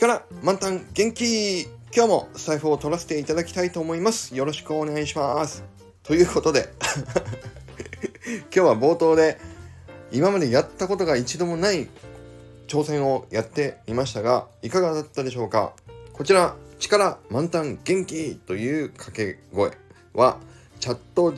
力満タン元気。今日も財布を取らせていただきたいと思います。よろしくお願いします。ということで今日は冒頭で今までやったことが一度もない挑戦をやってみましたが、いかがだったでしょうか。こちら力満タン元気という掛け声はチャット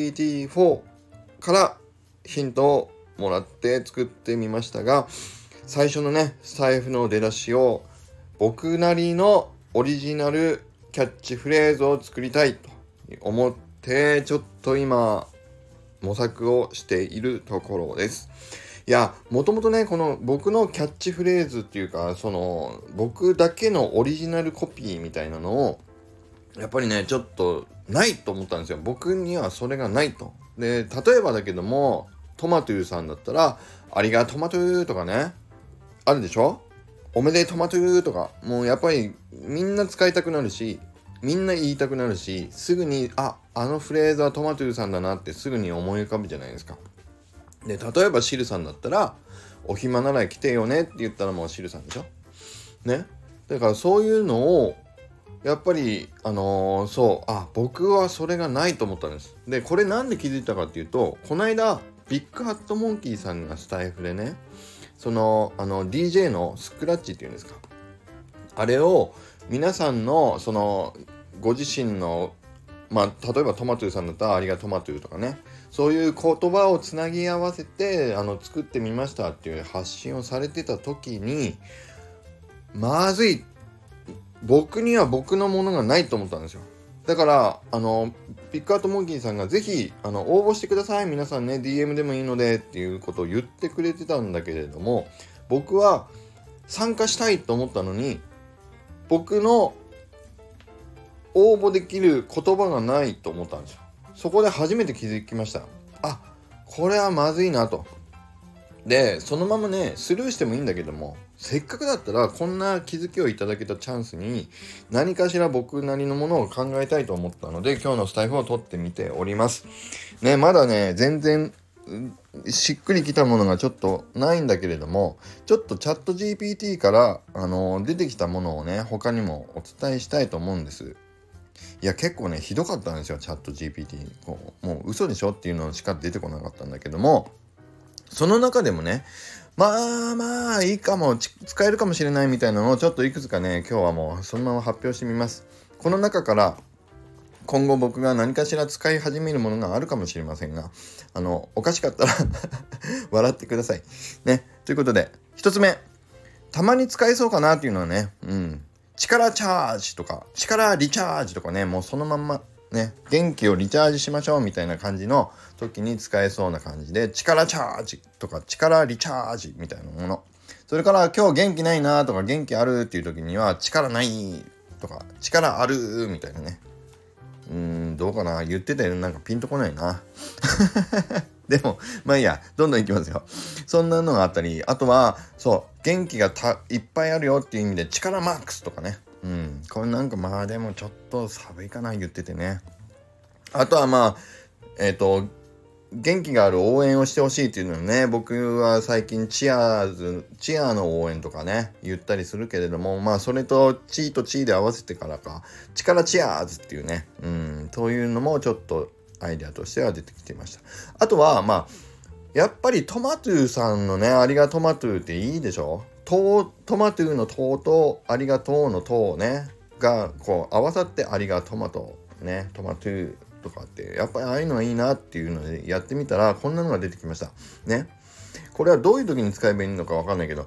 GPT-4 からヒントをもらって作ってみましたが、最初のね財布の出だしを僕なりのオリジナルキャッチフレーズを作りたいと思ってちょっと今模索をしているところです。いや、もともとねこの僕のキャッチフレーズっていうか、その僕だけのオリジナルコピーみたいなのをやっぱりねちょっとないと思ったんですよ。僕にはそれがないと。で、例えばだけどもトマトゥーさんだったらありがトマトゥーとかねあるでしょ。おめでトマトゥーとか、もうやっぱりみんな使いたくなるし、みんな言いたくなるし、すぐにあのフレーズはトマトゥーさんだなってすぐに思い浮かぶじゃないですか。で、例えばシルさんだったらお暇なら来てよねって言ったらもうシルさんでしょね。だからそういうのをやっぱり僕はそれがないと思ったんです。で、これなんで気づいたかっていうと、この間ビッグハットモンキーさんがスタイフでね、DJ のスクラッチっていうんですか、あれを皆さんのそのご自身の例えばトマトゥーさんだったらありがトマトゥーとかね、そういう言葉をつなぎ合わせて作ってみましたっていう発信をされてた時に、まずい、僕には僕のものがないと思ったんですよ。だからピックアットモンキーさんがぜひ応募してください、皆さんね DM でもいいのでっていうことを言ってくれてたんだけれども、僕は参加したいと思ったのに僕の応募できる言葉がないと思ったんですよ。そこで初めて気づきました。これはまずいなと。で、そのままねスルーしてもいいんだけども、せっかくだったらこんな気づきをいただけたチャンスに何かしら僕なりのものを考えたいと思ったので、今日のスタイフを撮ってみておりますね。まだね全然しっくりきたものがちょっとないんだけれども、ちょっとチャット GPT から出てきたものをね他にもお伝えしたいと思うんです。いや、結構ねひどかったんですよチャット GPT。 もう嘘でしょっていうのしか出てこなかったんだけども、その中でもねいいかも、使えるかもしれないみたいなのをちょっといくつかね今日はもうそのまま発表してみます。この中から今後僕が何かしら使い始めるものがあるかもしれませんが、おかしかったら笑ってくださいね。ということで一つ目、たまに使えそうかなっていうのはね、力チャージとか力リチャージとかね、もうそのまんまね元気をリチャージしましょうみたいな感じの時に使えそうな感じで、力チャージとか力リチャージみたいなもの。それから今日元気ないなとか元気あるっていう時には力ないとか力あるみたいなね。どうかな、言っててなんかピンとこないなでもいいや、どんどんいきますよ。そんなのがあったり、あとは元気がいっぱいあるよっていう意味で力マックスとかね。これなんかでもちょっと寒いかな言っててね。あとは元気がある応援をしてほしいっていうのね、僕は最近チアの応援とかね言ったりするけれども、それとチーとチーで合わせてからか力チアーズっていうね、そういうのもちょっとアイデアとしては出てきていました。あとはやっぱりトマトゥーさんのねありがトマトゥーっていいでしょ。トマトゥーのトとありがとうのトねがこう合わさってありがトマトね、トマトゥーとかってやっぱりああいうのはいいなっていうのでやってみたらこんなのが出てきましたね。これはどういう時に使えばいいのかわかんないけど、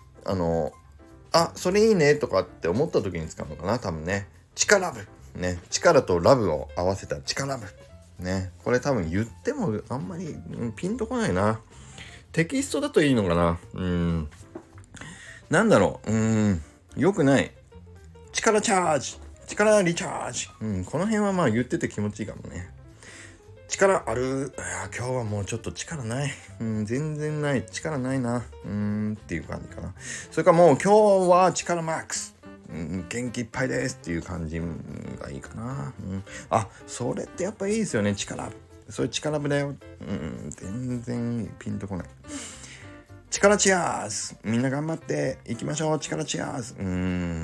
それいいねとかって思った時に使うのかな多分ね。力ブね、力とラブを合わせた力ブね、これ多分言ってもあんまりピンとこないな。テキストだといいのかな。なんだろう、よくない。力チャージ、力リチャージ、この辺は言ってて気持ちいいかもね。力ある。今日はもうちょっと力ない。全然ない。力ないな。っていう感じかな。それからもう今日は力マックス。元気いっぱいですっていう感じがいいかな。それってやっぱいいですよね。力。それ力部だよ。全然ピンとこない。力チアーズ、みんな頑張っていきましょう。力チアーズ。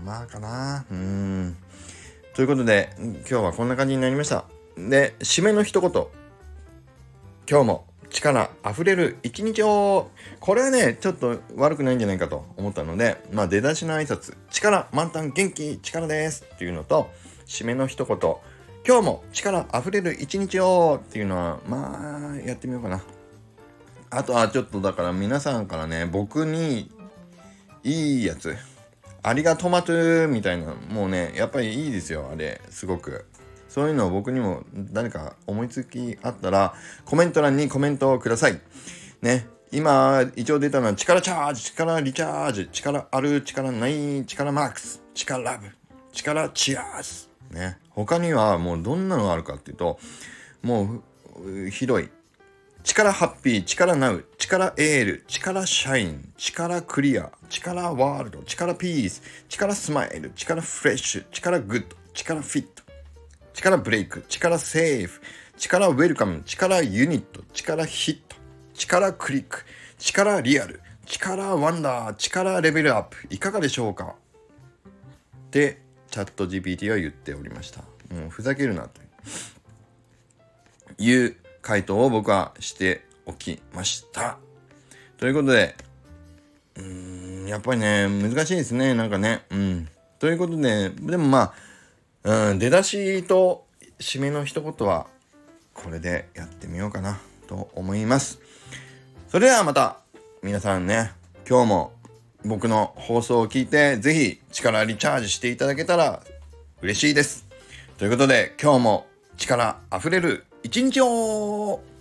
まあかな。ということで今日はこんな感じになりました。で、締めの一言、今日も力あふれる一日を。これはねちょっと悪くないんじゃないかと思ったので、出だしの挨拶、力満タン元気力ですっていうのと、締めの一言、今日も力あふれる一日をっていうのはやってみようかな。あとはちょっとだから皆さんからね、僕にいいやつ、ありがとまとみたいな、もうねやっぱりいいですよ。あれすごくそういうのを僕にも誰か思いつきあったらコメント欄にコメントをくださいね。今一応出たのは力チャージ、力リチャージ、力ある、力ない、力マックス、力ラブ、力チアーズね。他にはもうどんなのがあるかっていうと、もうひどい。力ハッピー、力ナウ、力エール、力シャイン、力クリア、力ワールド、力ピース、力スマイル、力フレッシュ、力グッド、力フィット、力ブレイク、力セーフ、力ウェルカム、力ユニット、力ヒット、力クリック、力リアル、力ワンダー、力レベルアップ、いかがでしょうかってチャット GPT は言っておりました。もうふざけるなという回答を僕はしておきました。ということで、やっぱりね難しいですね、なんかね。ということで、でも出だしと締めの一言はこれでやってみようかなと思います。それではまた皆さんね、今日も僕の放送を聞いてぜひ力リチャージしていただけたら嬉しいです。ということで今日も力あふれる一日を。